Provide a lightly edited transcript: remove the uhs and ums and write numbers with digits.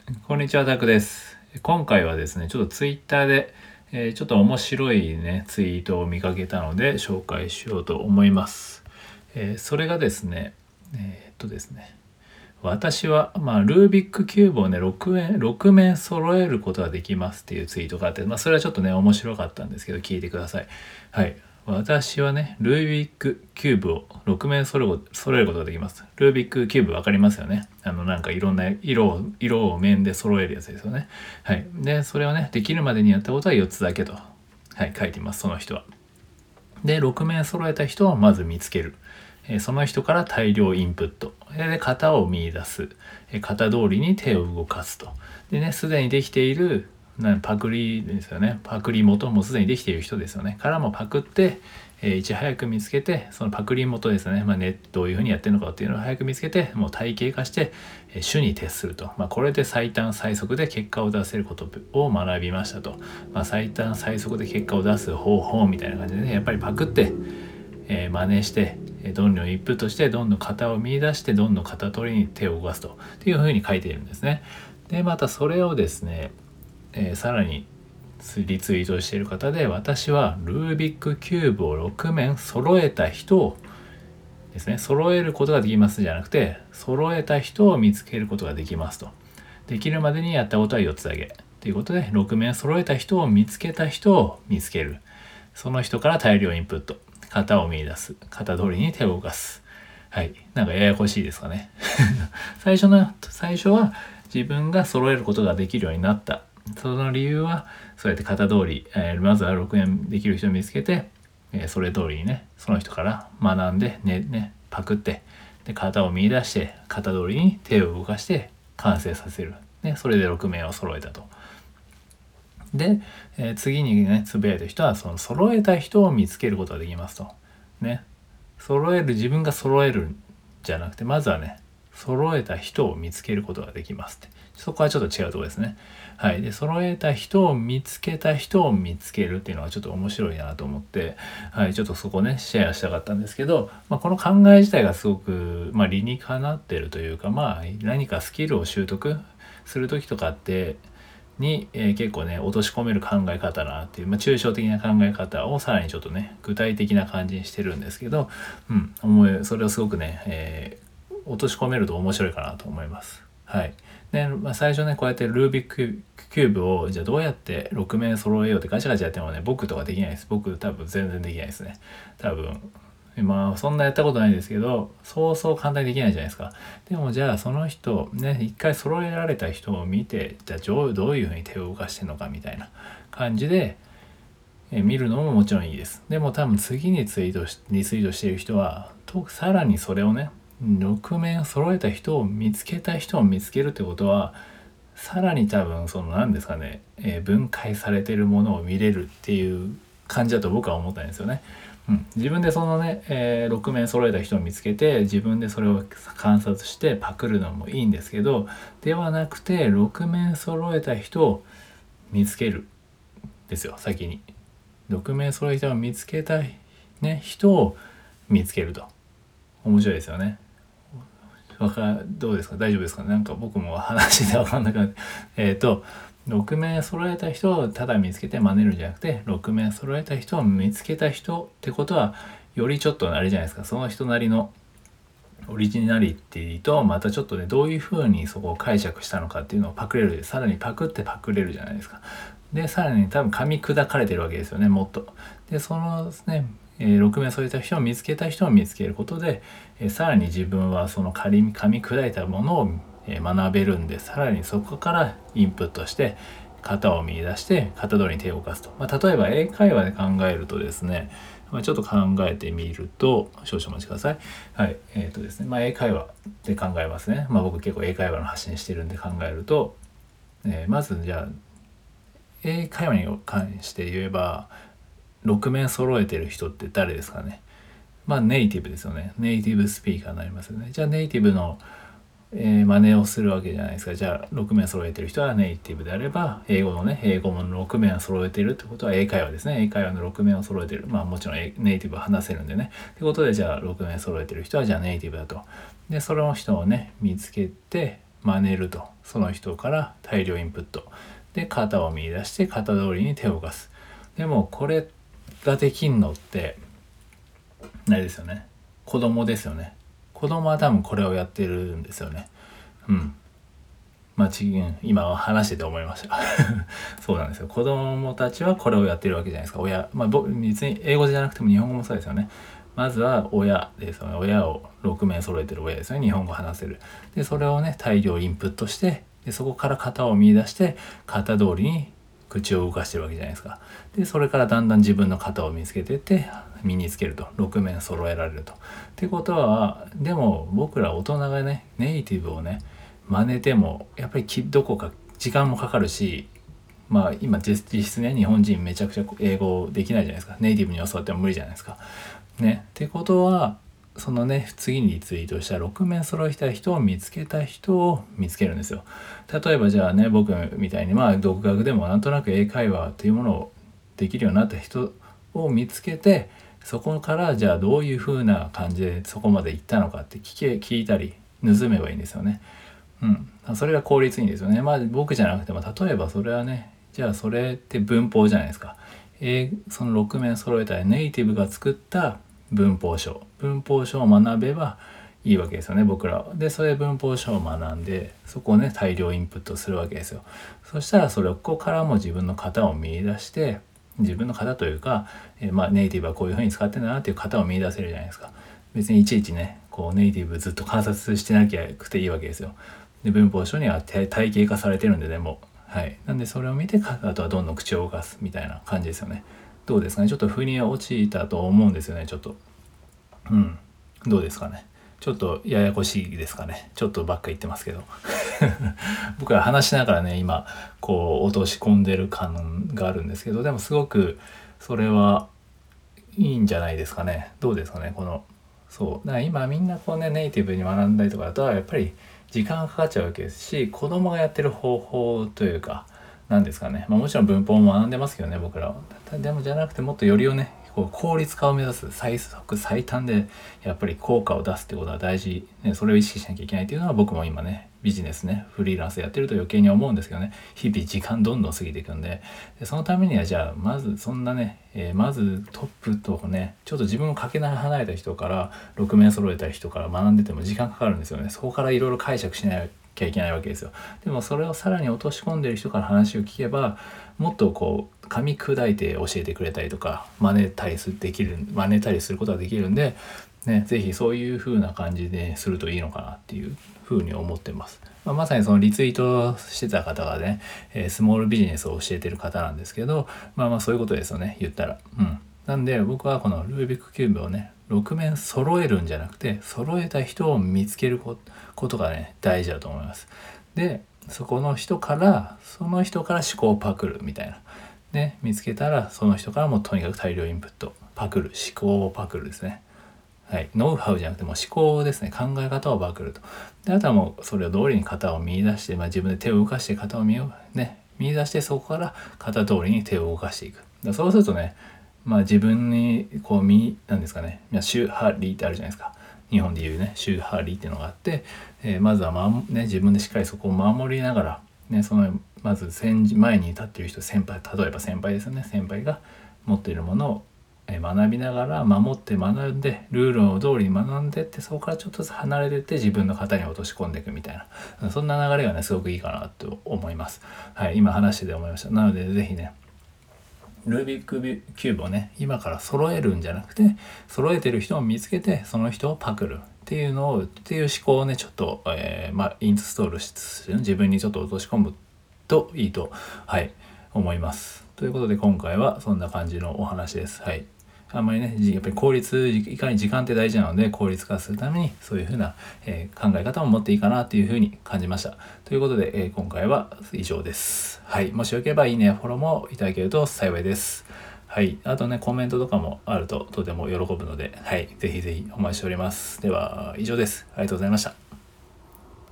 こんにちは、タクです。今回はですね、ちょっとツイッターで、ちょっと面白いね、ツイートを見かけたので紹介しようと思います。それがですね、ですね、私は、ルービックキューブをね、6面揃えることができますっていうツイートがあって、それはちょっとね、面白かったんですけど、聞いてください。はい。私はね、ルービックキューブを6面揃えることができます。ルービックキューブわかりますよね。なんかいろんな色を面で揃えるやつですよね。はい。で、それをね、できるまでにやったことは4つだけと、はい、書いています、その人は。で、6面揃えた人をまず見つける。その人から大量インプット。で、型を見出す。型通りに手を動かすと。でね、すでにできているパクリですよね。パクリ元もすでにできている人ですよね。からもパクって、いち早く見つけて、そのパクリ元ですね。どういうふうにやってるのかっていうのを早く見つけて、もう体系化して、主に徹すると。これで最短最速で結果を出せることを学びましたと。最短最速で結果を出す方法みたいな感じでね、やっぱりパクって、真似して、どんどんインプットして、どんどん型を見出して、どんどん型取りに手を動かすとっていうふうに書いているんですね。で、またそれをですね、さらにリツイートしている方で、私はルービックキューブを6面揃えた人をですね、揃えることができますじゃなくて、揃えた人を見つけることができますと。できるまでにやったことは4つだけということで、6面揃えた人を見つけた人を見つける。その人から大量インプット。型を見出す。型通りに手を動かす。はい。なんかややこしいですかね。最初は自分が揃えることができるようになった。その理由は、そうやって型通り、まずは6面できる人を見つけて、それ通りにね、その人から学んで、パクって、で、型を見出して、型通りに手を動かして完成させる。ね、それで6面を揃えたと。で、次にね、つぶやいた人は、その揃えた人を見つけることができますと。ね。自分が揃えるんじゃなくて、まずはね、揃えた人を見つけることができますって。そこはちょっと違うところですね。はい。で、揃えた人を見つけた人を見つけるっていうのはちょっと面白いなと思って、はい。ちょっとそこね、シェアしたかったんですけど、この考え自体がすごく、理にかなってるというか、何かスキルを習得する時とかって、結構ね落とし込める考え方なっていう、抽象的な考え方をさらにちょっとね具体的な感じにしてるんですけど、それをすごくね、落とし込めると面白いかなと思います。はい。で、最初ねこうやってルービックキューブをじゃあどうやって6面揃えようってガチャガチャやってもね僕とかできないです。僕多分全然できないですね。多分そんなやったことないですけど、そうそう簡単にできないじゃないですか。でもじゃあその人、ね、一回揃えられた人を見て、じゃあどういうふうに手を動かしてるのかみたいな感じで、見るのももちろんいいです。でも多分次にリツイートしている人は、さらにそれをね、6面揃えた人を見つけた人を見つけるってことは、さらに多分何ですかね、分解されてるものを見れるっていう感じだと僕は思ったんですよね。自分でそのね、6面揃えた人を見つけて自分でそれを観察してパクるのもいいんですけど、ではなくて6面揃えた人を見つけるですよ。先に6面揃えた人を見つけたい、ね、人を見つけると面白いですよね。どうですか、大丈夫ですか、なんか僕も話で分かんなくなって6面揃えた人をただ見つけて真似るんじゃなくて、6面揃えた人を見つけた人ってことはよりちょっとあれじゃないですか、その人なりのオリジナリティとまたちょっとねどういう風にそこを解釈したのかっていうのをパクれる、さらにパクってパクれるじゃないですか。でさらに多分噛み砕かれてるわけですよね、もっと。でそのね6名そういった人を見つけた人を見つけることで、さらに自分はその噛み砕いたものを学べるんで、さらにそこからインプットして型を見出して型通りに手を動かすと。例えば英会話で考えるとですね、ちょっと考えてみると、少々お待ちください。はい。ですね、英会話で考えますね。僕結構英会話の発信してるんで考えると、まずじゃあ英会話に関して言えば6面揃えてる人って誰ですかね。ネイティブですよね。ネイティブスピーカーになりますよね。じゃあネイティブの、真似をするわけじゃないですか。じゃあ6面揃えてる人はネイティブであれば、英語も6面を揃えてるってことは英会話ですね。英会話の6面を揃えてる。もちろんネイティブは話せるんでね。ってことでじゃあ6面揃えてる人はじゃあネイティブだと。で、その人をね、見つけて真似ると。 その人から大量インプットで型を見出して型通りに手を動かす。でもこれができんのってあれですよね、子供ですよね。子供は多分これをやってるんですよね。今話してて思いましたそうなんですよ。子供たちはこれをやってるわけじゃないですか。別に英語じゃなくても日本語もそうですよね。まずは親ですよね。親を6名揃えてる親ですよね。日本語話せる。でそれをね大量インプットして、でそこから型を見出して型通りに口を動かしてるわけじゃないですか。でそれからだんだん自分の型を見つけていって身につけると、6面揃えられると。ってことはでも僕ら大人がねネイティブをね真似てもやっぱりどこか時間もかかるし、今実質ね日本人めちゃくちゃ英語できないじゃないですか。ネイティブに教わっても無理じゃないですか。ね。ってことはそのね次にツイートした6面揃えた人を見つけた人を見つけるんですよ。例えばじゃあね僕みたいに独学でもなんとなく英会話というものをできるようになった人を見つけて、そこからじゃあどういう風な感じでそこまで行ったのかって聞いたり盗めばいいんですよね。それが効率いいんですよね。僕じゃなくても例えばそれはね、じゃあそれって文法じゃないですか。その6面揃えたネイティブが作った文法書を学べばいいわけですよね、僕らは。でそれ文法書を学んでそこをね大量インプットするわけですよ。そしたらそこからも自分の型を見出して、自分の型というか、ネイティブはこういう風に使ってんだなっていう型を見出せるじゃないですか。別にいちいちねこうネイティブずっと観察してなきゃくていいわけですよ。で文法書には体系化されてるんでなんでそれを見てあとはどんどん口を動かすみたいな感じですよね。どうですかね。ちょっと腑に落ちたと思うんですよね。ちょっとどうですかね。ちょっとややこしいですかね。ちょっとばっか言ってますけど僕は話しながらね今こう落とし込んでる感があるんですけど、でもすごくそれはいいんじゃないですかね。どうですかね。だから今みんなこうねネイティブに学んだりとかだとやっぱり時間がかかっちゃうわけですし、子供がやってる方法というかなんですかね、もちろん文法も学んでますけどね僕らは。でもじゃなくてもっとよりをねこう効率化を目指す、最速最短でやっぱり効果を出すってことは大事、それを意識しなきゃいけないっていうのは僕も今ねビジネスねフリーランスやってると余計に思うんですけどね、日々時間どんどん過ぎていくんで、そのためにはじゃあまずそんなね、まずトップとねちょっと自分をかけ離れた人から6面揃えた人から学んでても時間かかるんですよね。そこからいろいろ解釈しないきゃいけないわけですよ。でもそれをさらに落とし込んでる人から話を聞けばもっとこう噛み砕いて教えてくれたりとか真似たりすることができるんで、ぜひそういう風な感じでするといいのかなっていう風に思ってます。まさにそのリツイートしてた方がね、スモールビジネスを教えてる方なんですけど、そういうことですよね言ったら。なんで僕はこのルービックキューブをね6面揃えるんじゃなくて揃えた人を見つけることがね大事だと思います。でその人から思考をパクるみたいなね、見つけたらその人からもとにかく大量インプットパクる、思考をパクるですね。ノウハウじゃなくても思考ですね、考え方をパクると。であとはもうそれを通りに型を見出して、自分で手を動かして型を見出してそこから型通りに手を動かしていく。そうするとね自分にこうなんですかね、宗派理ってあるじゃないですか。日本でいうね宗派理っていうのがあって、まずは自分でしっかりそこを守りながら、まず前に立っている人、例えば先輩ですよね。先輩が持っているものを学びながら守って学んでルールを通りに学んでって、そこからちょっとずつ離れてって自分の型に落とし込んでいくみたいな、そんな流れがねすごくいいかなと思います。今話してて思いました。なのでぜひねルービックキューブをね今から揃えるんじゃなくて揃えてる人を見つけてその人をパクるっていう思考をねちょっと、インストールして自分にちょっと落とし込むといいと思います。ということで今回はそんな感じのお話です。あんまりねやっぱりいかに時間って大事なので効率化するためにそういう風な、考え方も持っていいかなという風に感じました。ということで、今回は以上です。もしよければいいねフォローもいただけると幸いです。あとねコメントとかもあるととても喜ぶのでぜひぜひお待ちしております。では以上です。ありがとうございました。